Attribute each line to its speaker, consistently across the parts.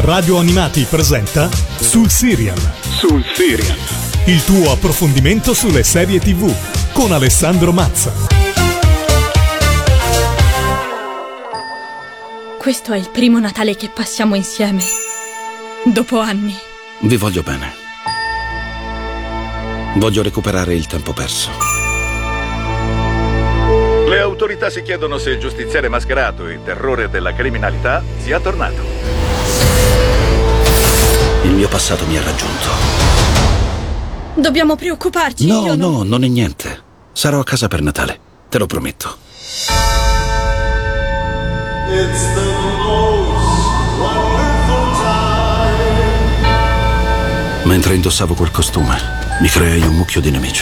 Speaker 1: Radio Animati presenta Sul Serial.
Speaker 2: Sul Serial.
Speaker 1: Il tuo approfondimento sulle serie TV con Alessandro Mazza.
Speaker 3: Questo è il primo Natale che passiamo insieme. Dopo anni.
Speaker 4: Vi voglio bene. Voglio recuperare il tempo perso.
Speaker 2: Le autorità si chiedono se il giustiziere mascherato, il terrore della criminalità, sia tornato.
Speaker 4: Il mio passato mi ha raggiunto.
Speaker 3: Dobbiamo preoccuparci.
Speaker 4: No, non è niente. Sarò a casa per Natale, te lo prometto.
Speaker 5: It's the most wonderful time.
Speaker 4: Mentre indossavo quel costume, mi creai un mucchio di nemici.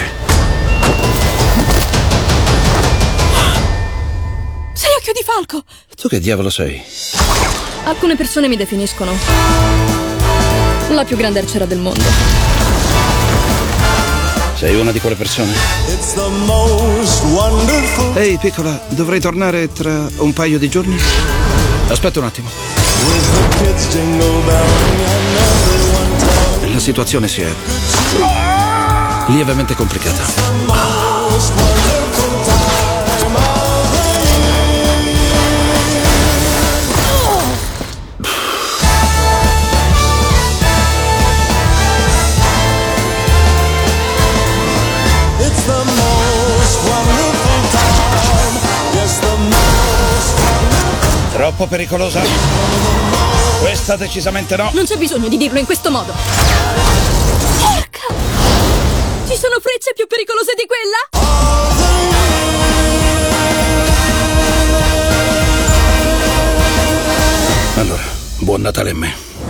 Speaker 3: Sei Occhio di Falco!
Speaker 4: Tu che diavolo sei?
Speaker 3: Alcune persone mi definiscono la più grande arciera del mondo.
Speaker 4: Sei una di quelle persone?
Speaker 5: It's the most wonderful.
Speaker 4: Ehi, piccola, dovrei tornare tra un paio di giorni? Aspetta un attimo.
Speaker 5: With the kids jingle belling and everyone telling.
Speaker 4: La situazione si è lievemente complicata.
Speaker 5: Most wonderful time of the year. It's the most wonderful time. Yes, the most wonderful.
Speaker 4: Troppo pericolosa? Questa decisamente no.
Speaker 3: Non c'è bisogno di dirlo in questo modo. Porca! Ci sono frecce più pericolose di quella?
Speaker 4: Allora, buon Natale a me.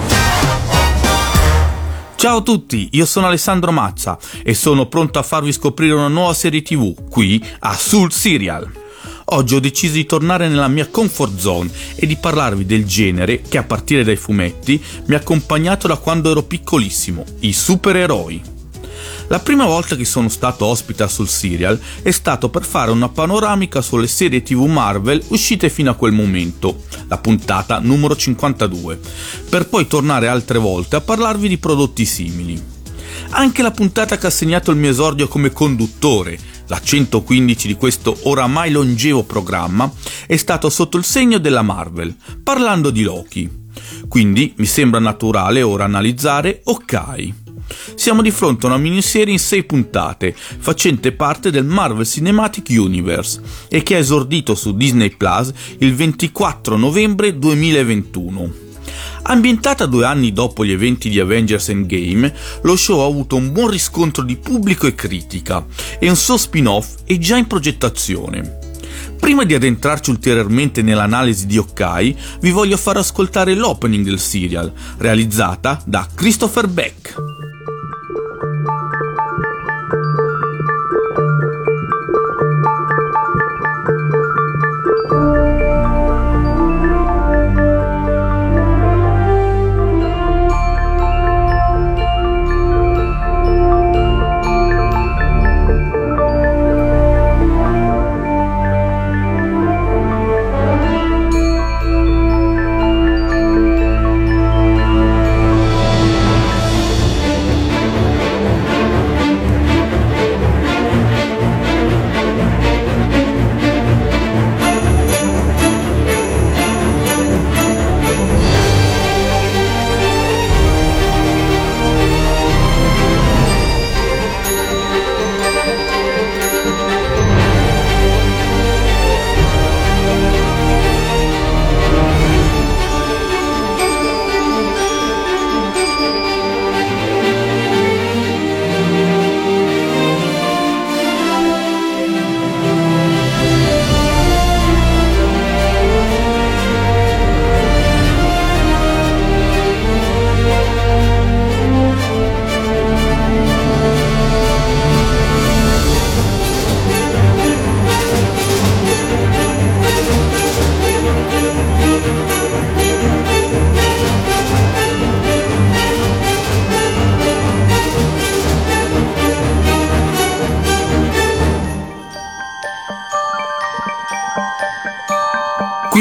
Speaker 6: Ciao a tutti, io sono Alessandro Mazza e sono pronto a farvi scoprire una nuova serie TV qui a Sul Serial. Oggi ho deciso di tornare nella mia comfort zone e di parlarvi del genere che, a partire dai fumetti, mi ha accompagnato da quando ero piccolissimo, i supereroi. La prima volta che sono stato ospite sul Serial è stato per fare una panoramica sulle serie TV Marvel uscite fino a quel momento, la puntata numero 52, per poi tornare altre volte a parlarvi di prodotti simili. Anche la puntata che ha segnato il mio esordio come conduttore, la 115 di questo oramai longevo programma, è stato sotto il segno della Marvel, parlando di Loki. Quindi mi sembra naturale ora analizzare Hawkeye. Siamo di fronte a una miniserie in 6 puntate, facente parte del Marvel Cinematic Universe e che ha esordito su Disney Plus il 24 novembre 2021. Ambientata 2 anni dopo gli eventi di Avengers Endgame, lo show ha avuto un buon riscontro di pubblico e critica e un suo spin-off è già in progettazione. Prima di addentrarci ulteriormente nell'analisi di Hawkeye, vi voglio far ascoltare l'opening del serial, realizzata da Christopher Beck.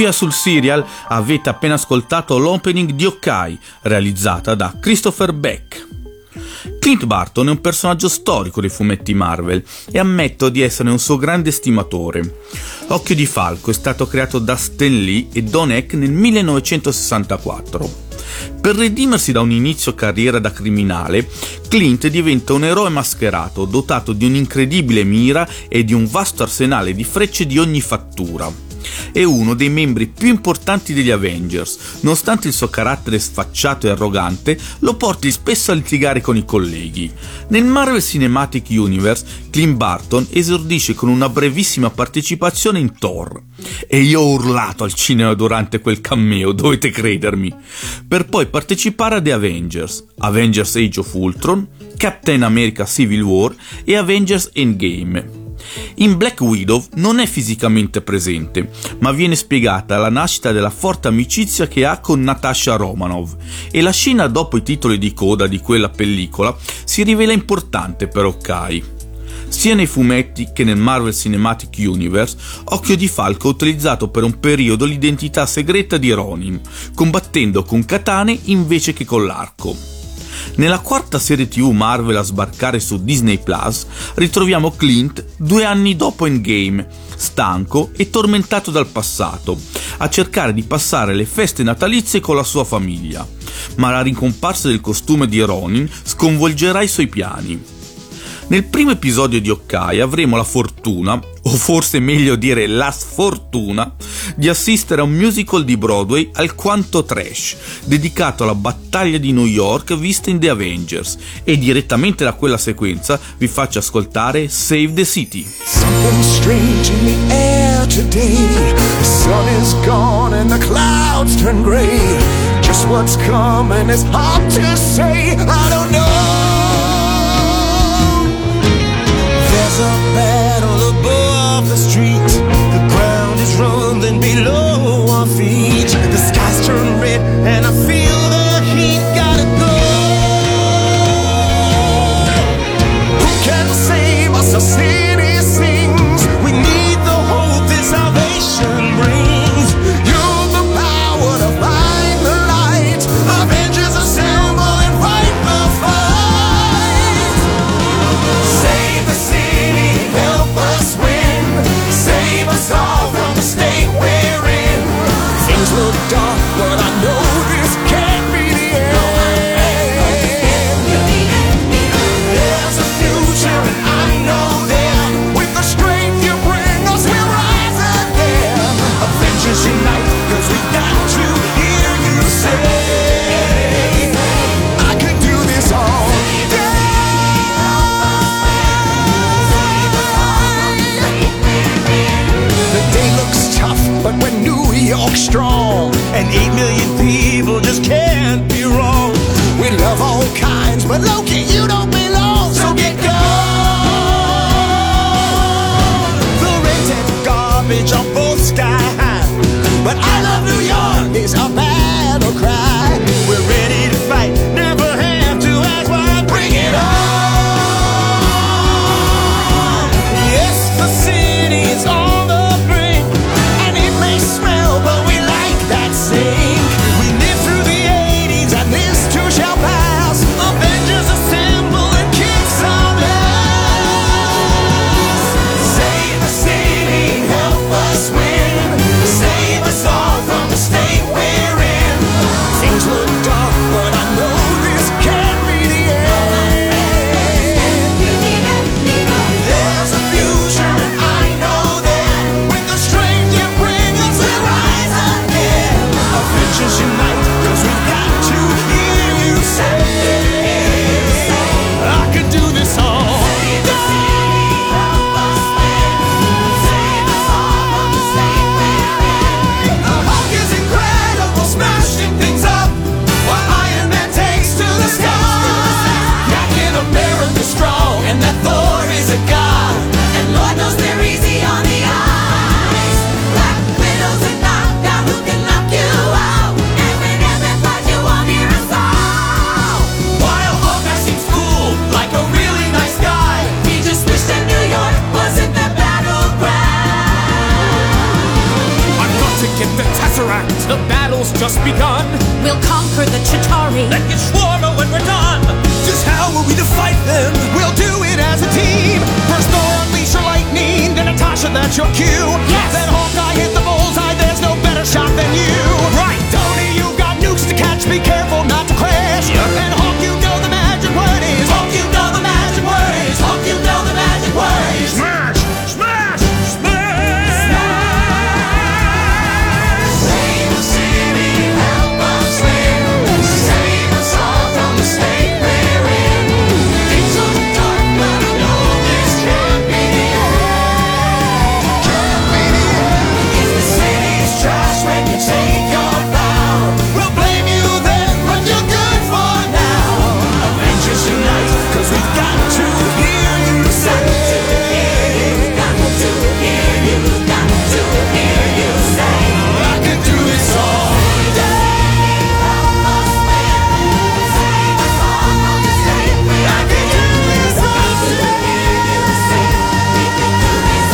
Speaker 6: Qui a Sul Serial avete appena ascoltato l'opening di Hawkeye, realizzata da Christopher Beck. Clint Barton è un personaggio storico dei fumetti Marvel e ammetto di essere un suo grande estimatore. Occhio di Falco è stato creato da Stan Lee e Don Heck nel 1964. Per redimersi da un inizio carriera da criminale, Clint diventa un eroe mascherato, dotato di un'incredibile mira e di un vasto arsenale di frecce di ogni fattura. È uno dei membri più importanti degli Avengers, nonostante il suo carattere sfacciato e arrogante lo porti spesso a litigare con i colleghi. Nel Marvel Cinematic Universe, Clint Barton esordisce con una brevissima partecipazione in Thor. E io ho urlato al cinema durante quel cameo, dovete credermi, per poi partecipare a The Avengers, Avengers Age of Ultron, Captain America Civil War e Avengers Endgame. In Black Widow non è fisicamente presente, ma viene spiegata la nascita della forte amicizia che ha con Natasha Romanoff, e la scena dopo i titoli di coda di quella pellicola si rivela importante per Hawkeye. Sia nei fumetti che nel Marvel Cinematic Universe, Occhio di Falco ha utilizzato per un periodo l'identità segreta di Ronin, combattendo con katane invece che con l'arco. Nella quarta serie TV Marvel a sbarcare su Disney Plus ritroviamo Clint 2 anni dopo Endgame, stanco e tormentato dal passato, a cercare di passare le feste natalizie con la sua famiglia, ma la ricomparsa del costume di Ronin sconvolgerà i suoi piani. Nel primo episodio di Hawkeye avremo la fortuna, o forse meglio dire la sfortuna, di assistere a un musical di Broadway alquanto trash, dedicato alla battaglia di New York vista in The Avengers, e direttamente da quella sequenza vi faccio ascoltare Save the City.
Speaker 5: Something strange in the air today. The sun is gone and the clouds turn gray. Just what's coming is hard to say. I don't know. There's a battle above the street. The ground is rumbling below our feet. The skies turn red and I feel the heat. Gotta go. Who can save us? Our city sings. We need the hope that salvation brings. You're the power to find the light. Avengers assemble and fight the fight. Save the city, help us win. Save us all from the state we're in. Things look dark, but I know this can't be the end. There's a future and I know that. With the strength you bring us, we'll rise again. Avengers unite, cause we got to hear you say, I could do this all day. The day looks tough, but we're New York strong. And 8 million people just can't be wrong. We love all kinds, but Loki, you don't belong. So get gone. The rent and garbage are both sky high, but I love New York is our battle cry. We're ready to fight, never have to ask why. Bring it on. Yes, the city is on the brink, and it may smell, but we like that sink. We lived through the 80s, and this too shall pass. Avengers assemble and kick some ass. Save the city, help us win. Save us all from the state just begun.
Speaker 3: We'll conquer the Chitauri.
Speaker 5: Then get Shawarma when we're done. Just how are we to fight them? We'll do it as a team. First Thor, unleash your lightning. Then Natasha, that's your cue.
Speaker 3: Yes.
Speaker 5: Then Hawkeye, hit the bullseye. There's no better shot than you. Right, Tony, you got nukes to catch. Be careful not to crash. And Hawk, you know the magic word is. Hawk, you know the magic word is. Hawk, you know the magic word is. Smash! Smash! Smash! Save the city, help us win. Save us all from the state we're in. Things are dark, but I know this can't be the end. Can't be the end. If the city's trash when you take your bow, we'll blame you then, but you're good for now. Avengers unite, 'cause we've got to hear you say. Got to hear you, got to hear you say. I could do this all day. Help us win. Save us all from the state we're in. I could do this all day. We could do this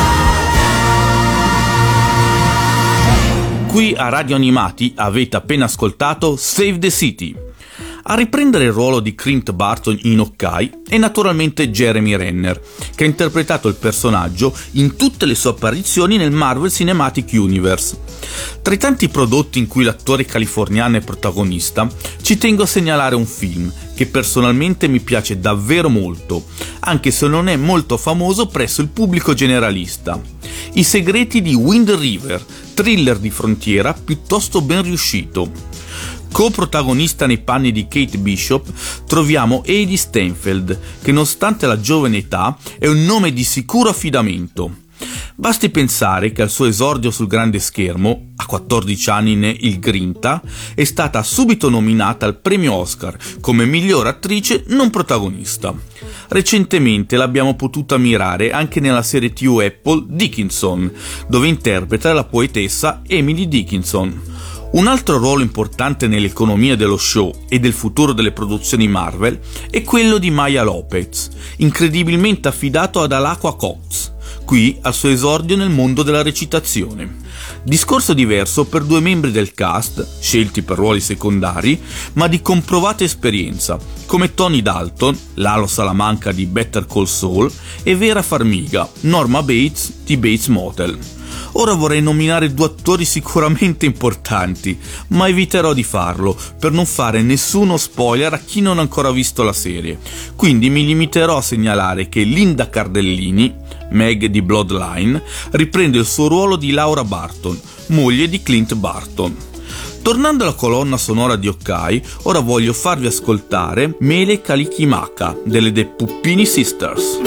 Speaker 5: all day.
Speaker 6: Qui a Radio Animati avete appena ascoltato Save the City. A riprendere il ruolo di Clint Barton in Hawkeye è naturalmente Jeremy Renner, che ha interpretato il personaggio in tutte le sue apparizioni nel Marvel Cinematic Universe. Tra i tanti prodotti in cui l'attore californiano è protagonista, ci tengo a segnalare un film che personalmente mi piace davvero molto, anche se non è molto famoso presso il pubblico generalista. I segreti di Wind River, thriller di frontiera piuttosto ben riuscito. Co-protagonista nei panni di Kate Bishop troviamo Hailee Steinfeld, che nonostante la giovane età è un nome di sicuro affidamento. Basti pensare che al suo esordio sul grande schermo, a 14 anni in Il Grinta, è stata subito nominata al premio Oscar come miglior attrice non protagonista. Recentemente l'abbiamo potuta ammirare anche nella serie TV Apple Dickinson, dove interpreta la poetessa Emily Dickinson. Un altro ruolo importante nell'economia dello show e del futuro delle produzioni Marvel è quello di Maya Lopez, incredibilmente affidato ad Alaqua Cox, qui al suo esordio nel mondo della recitazione. Discorso diverso per due membri del cast, scelti per ruoli secondari, ma di comprovata esperienza, come Tony Dalton, Lalo Salamanca di Better Call Saul, e Vera Farmiga, Norma Bates di Bates Motel. Ora vorrei nominare due attori sicuramente importanti, ma eviterò di farlo per non fare nessuno spoiler a chi non ha ancora visto la serie. Quindi mi limiterò a segnalare che Linda Cardellini, Meg di Bloodline, riprende il suo ruolo di Laura Barton, moglie di Clint Barton. Tornando alla colonna sonora di Hawkeye, ora voglio farvi ascoltare Mele Kalikimaka delle The Puppini Sisters.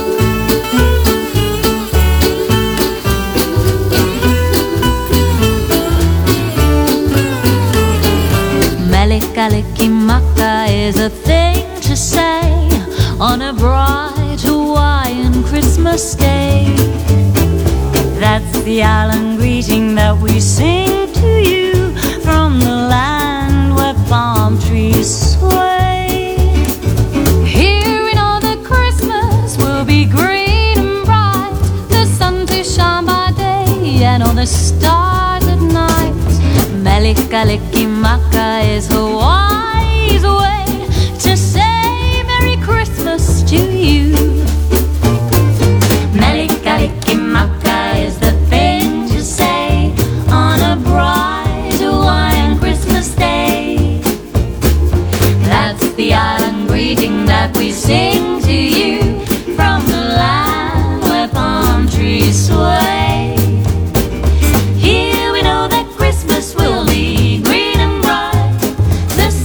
Speaker 7: Kalikimaka is a thing to say on a bright Hawaiian Christmas day. That's the island greeting that we sing to you from the land where palm trees sway. Here we know that Christmas will be green and bright, the sun to shine by day and all the stars at night. Mele Kalikimaka is Hawaii's way to say Merry Christmas to you. Mele Kalikimaka is the thing to say on a bright Hawaiian Christmas day. That's the island greeting that we sing to you from the land where palm trees sway. Here we know that Christmas will be green and bright, the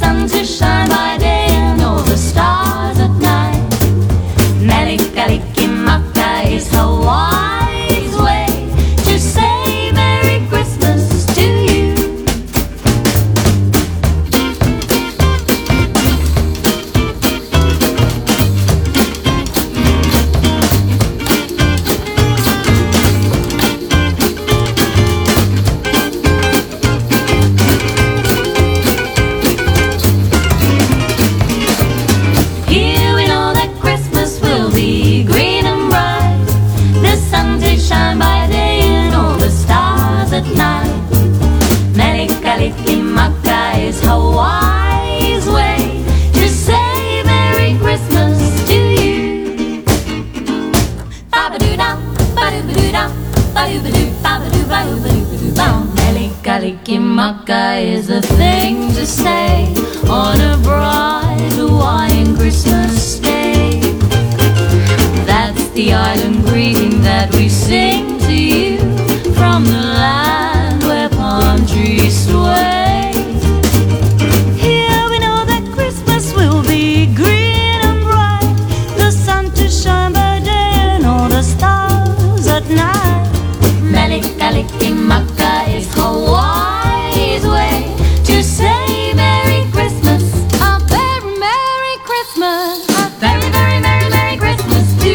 Speaker 7: Hanukkah is a thing to say on a bright Hawaiian Christmas day. That's the island greeting that we sing to you from the land where palm trees sway. Here we know that Christmas will be green and bright, the sun to shine by day and all the stars at night. Mele Kalikimaka is Hawaii's way to say Merry Christmas, a very Merry Christmas, a very, very, very Merry Christmas to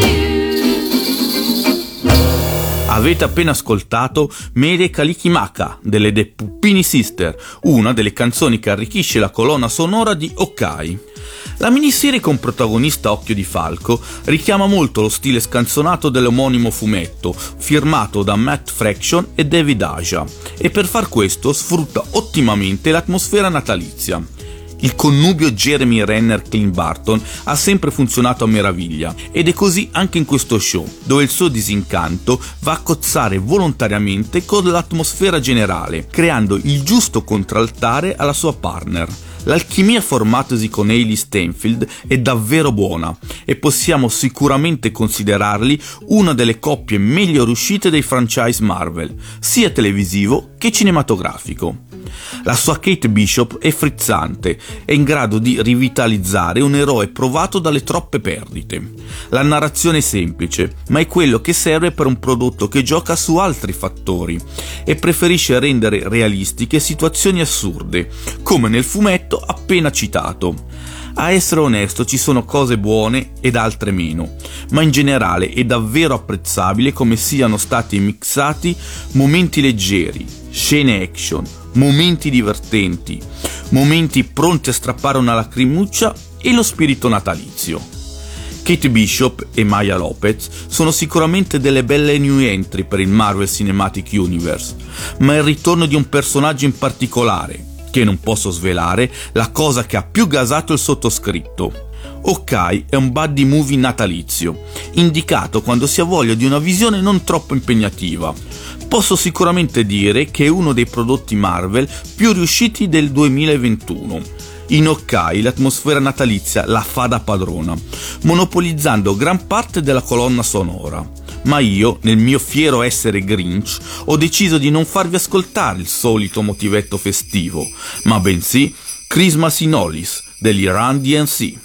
Speaker 7: you.
Speaker 6: Avete appena ascoltato Mele Kalikimaka delle The Puppini Sister, una delle canzoni che arricchisce la colonna sonora di Hawkeye. La miniserie con protagonista Occhio di Falco richiama molto lo stile scanzonato dell'omonimo fumetto, firmato da Matt Fraction e David Aja, e per far questo sfrutta ottimamente l'atmosfera natalizia. Il connubio Jeremy Renner-Clint Barton ha sempre funzionato a meraviglia, ed è così anche in questo show, dove il suo disincanto va a cozzare volontariamente con l'atmosfera generale, creando il giusto contraltare alla sua partner. L'alchimia formatosi con Hailey Steinfeld è davvero buona e possiamo sicuramente considerarli una delle coppie meglio riuscite dei franchise Marvel, sia televisivo che cinematografico. La sua Kate Bishop è frizzante, è in grado di rivitalizzare un eroe provato dalle troppe perdite. La narrazione è semplice, ma è quello che serve per un prodotto che gioca su altri fattori e preferisce rendere realistiche situazioni assurde, come nel fumetto appena citato. A essere onesto, ci sono cose buone ed altre meno, ma in generale è davvero apprezzabile come siano stati mixati momenti leggeri, scene action, momenti divertenti, momenti pronti a strappare una lacrimuccia e lo spirito natalizio. Kate Bishop e Maya Lopez sono sicuramente delle belle new entry per il Marvel Cinematic Universe, ma è il ritorno di un personaggio in particolare, che non posso svelare, la cosa che ha più gasato il sottoscritto. Hawkeye è un buddy movie natalizio, indicato quando si ha voglia di una visione non troppo impegnativa. Posso sicuramente dire che è uno dei prodotti Marvel più riusciti del 2021. In Hawkeye l'atmosfera natalizia la fa da padrona, monopolizzando gran parte della colonna sonora. Ma io, nel mio fiero essere Grinch, ho deciso di non farvi ascoltare il solito motivetto festivo, ma bensì Christmas in Hollis degli Run DMC.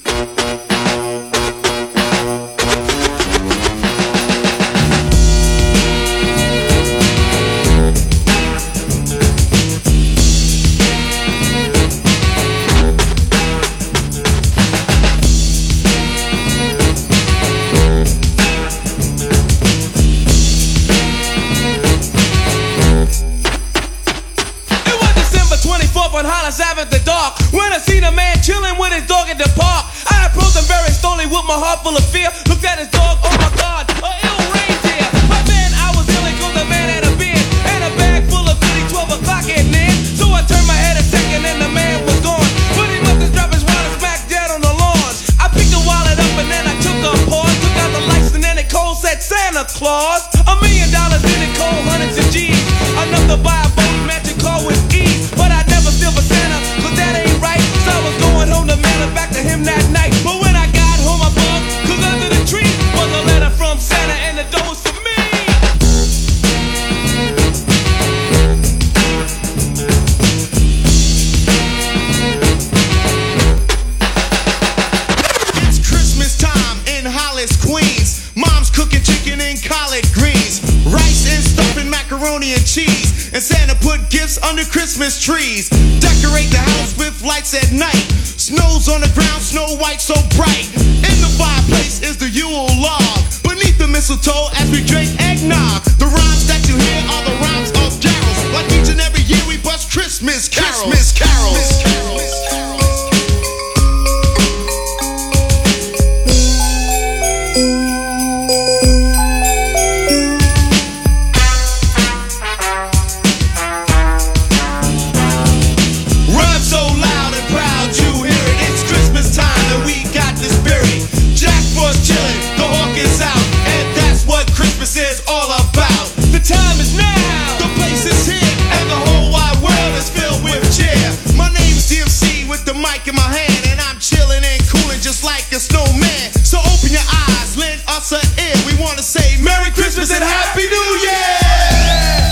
Speaker 5: On Hollis Ave at the dark, when I seen a man chilling with his dog at the park, I approached him very slowly with my heart full of fear. Looked at his dog, oh my God, a ill reindeer. But then I was yelling 'cause the man had a beard and a bag full of goodies, 12 o'clock at night. So I turned my head a second and the man was gone. But he must have dropped his wallet smack dead on the lawn. I picked the wallet up and then I took a pause, took out the lights and then it cold said Santa Claus. $1 million in it cold, hundreds of G's, enough to buy a boat magic car with ease. But I never steal for Santa, 'cause that ain't right. So I was going home to mail it back to him that night. But when I got home I bugged, 'cause under the tree was a letter from Santa and the door was for me. It's Christmas time in Hollis, Queens. Mom's cooking chicken and collard greens, rice and stuffing macaroni and cheese, and Santa put gifts under Christmas trees. Decorate the house with lights at night. Snow's on the ground, Snow White so bright. In the fireplace is the Yule log. Beneath the mistletoe as we drink eggnog. The rhymes that you hear are the rhymes of carols. Like each and every year we bust Christmas carols. Christmas carols. Is all about. The time is now. The place is here, and the whole wide world is filled with mic in my hand and I'm chilling and cooling just like a snowman. So open your eyes, lend us an ear. We wanna say Merry Christmas and Happy New Year!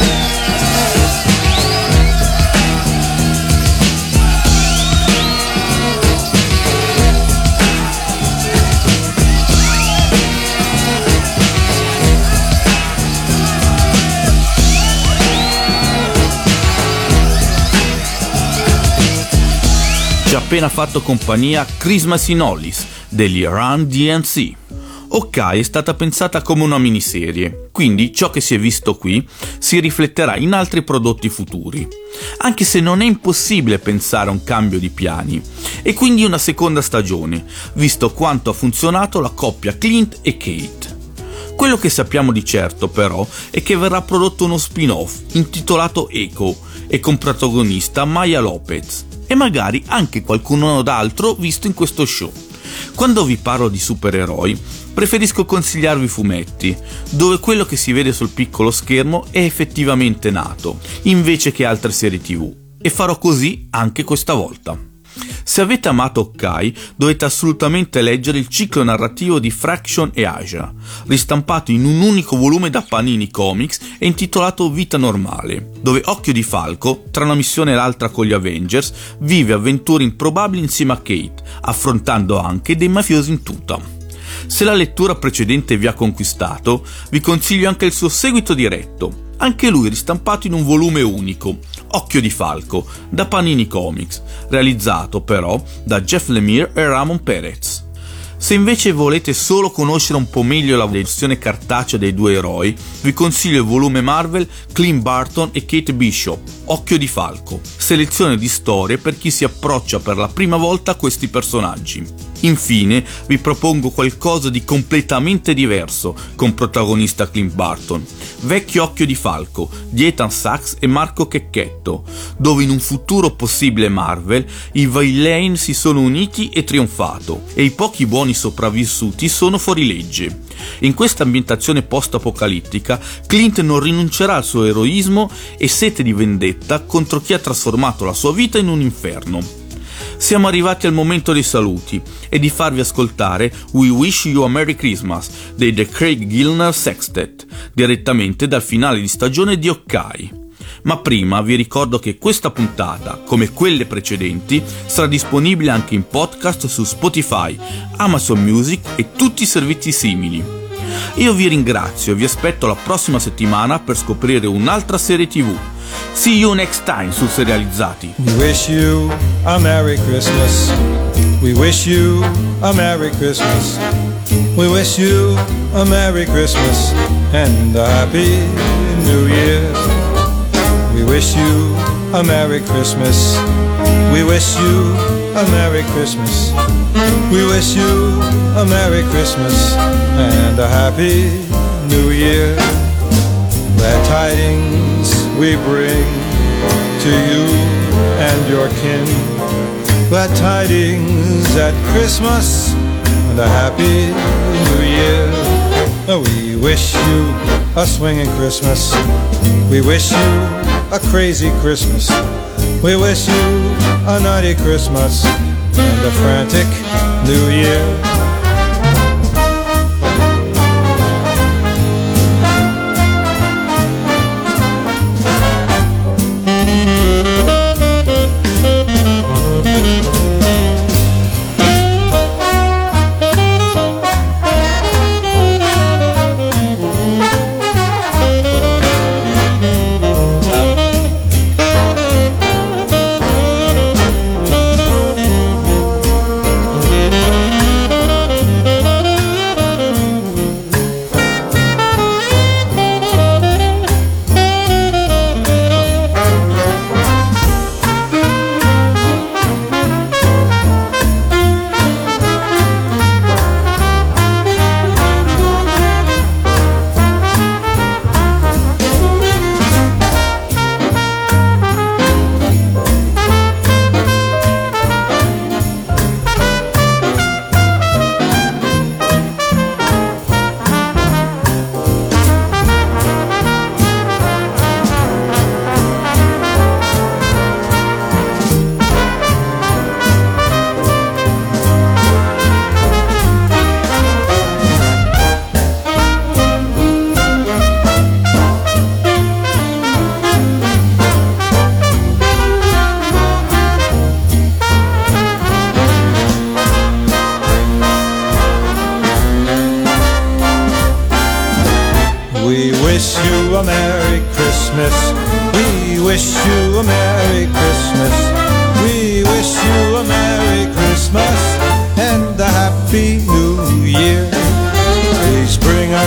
Speaker 6: Ci ha appena fatto compagnia Christmas in Hollis degli Run DMC. Ok è stata pensata come una miniserie, quindi ciò che si è visto qui si rifletterà in altri prodotti futuri, anche se non è impossibile pensare a un cambio di piani, e quindi una seconda stagione, visto quanto ha funzionato la coppia Clint e Kate. Quello che sappiamo di certo però è che verrà prodotto uno spin-off intitolato Echo e con protagonista Maya Lopez e magari anche qualcuno d'altro visto in questo show. Quando vi parlo di supereroi preferisco consigliarvi fumetti, dove quello che si vede sul piccolo schermo è effettivamente nato, invece che altre serie TV, e farò così anche questa volta. Se avete amato Hawkeye, dovete assolutamente leggere il ciclo narrativo di Fraction e Aja, ristampato in un unico volume da Panini Comics e intitolato Vita Normale, dove Occhio di Falco, tra una missione e l'altra con gli Avengers, vive avventure improbabili insieme a Kate, affrontando anche dei mafiosi in tuta. Se la lettura precedente vi ha conquistato, vi consiglio anche il suo seguito diretto, anche lui ristampato in un volume unico, Occhio di Falco, da Panini Comics, realizzato però da Jeff Lemire e Ramon Perez. Se invece volete solo conoscere un po' meglio la versione cartacea dei due eroi, vi consiglio il volume Marvel Clint Barton e Kate Bishop, Occhio di Falco, selezione di storie per chi si approccia per la prima volta a questi personaggi. Infine vi propongo qualcosa di completamente diverso con protagonista Clint Barton, Vecchio Occhio di Falco di Ethan Sachs e Marco Checchetto, dove in un futuro possibile Marvel i villain si sono uniti e trionfato e i pochi buoni sopravvissuti sono fuorilegge. In questa ambientazione post-apocalittica Clint non rinuncerà al suo eroismo e sete di vendetta contro chi ha trasformato la sua vita in un inferno. Siamo arrivati al momento dei saluti e di farvi ascoltare We Wish You a Merry Christmas dei The Craig Gilner Sextet, direttamente dal finale di stagione di Hawkeye. Ma prima vi ricordo che questa puntata, come quelle precedenti, sarà disponibile anche in podcast su Spotify, Amazon Music e tutti i servizi simili. Io vi ringrazio e vi aspetto la prossima settimana per scoprire un'altra serie TV. See you next time su Serializzati.
Speaker 8: We wish you a Merry Christmas. We wish you a Merry Christmas. We wish you a Merry Christmas and a Happy New Year. We wish you a Merry Christmas. We wish you a Merry Christmas. We wish you a Merry Christmas and a Happy New Year. Glad tidings we bring to you and your kin. Glad tidings at Christmas and a Happy New Year. We wish you a swinging Christmas. We wish you a crazy Christmas. We wish you a naughty Christmas and a frantic New Year.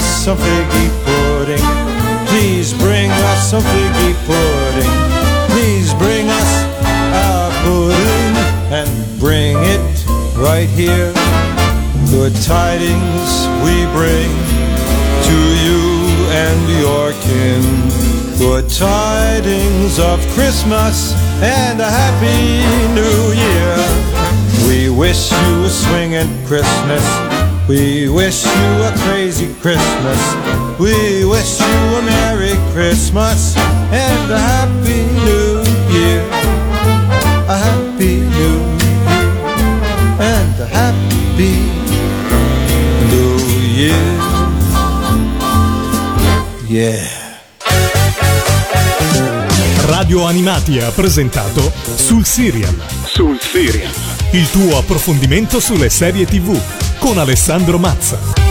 Speaker 8: us some figgy pudding. Please bring us some figgy pudding. Please bring us our pudding and bring it right here. Good tidings we bring to you and your kin. Good tidings of Christmas and a happy new year. We wish you a swinging Christmas. We wish you a crazy Christmas. We wish you a Merry Christmas and a Happy New Year. A Happy New Year and a Happy New Year. Yeah.
Speaker 1: Radio Animati ha presentato Sul Serial.
Speaker 2: Sul Serial.
Speaker 1: Il tuo approfondimento sulle serie TV con Alessandro Mazza.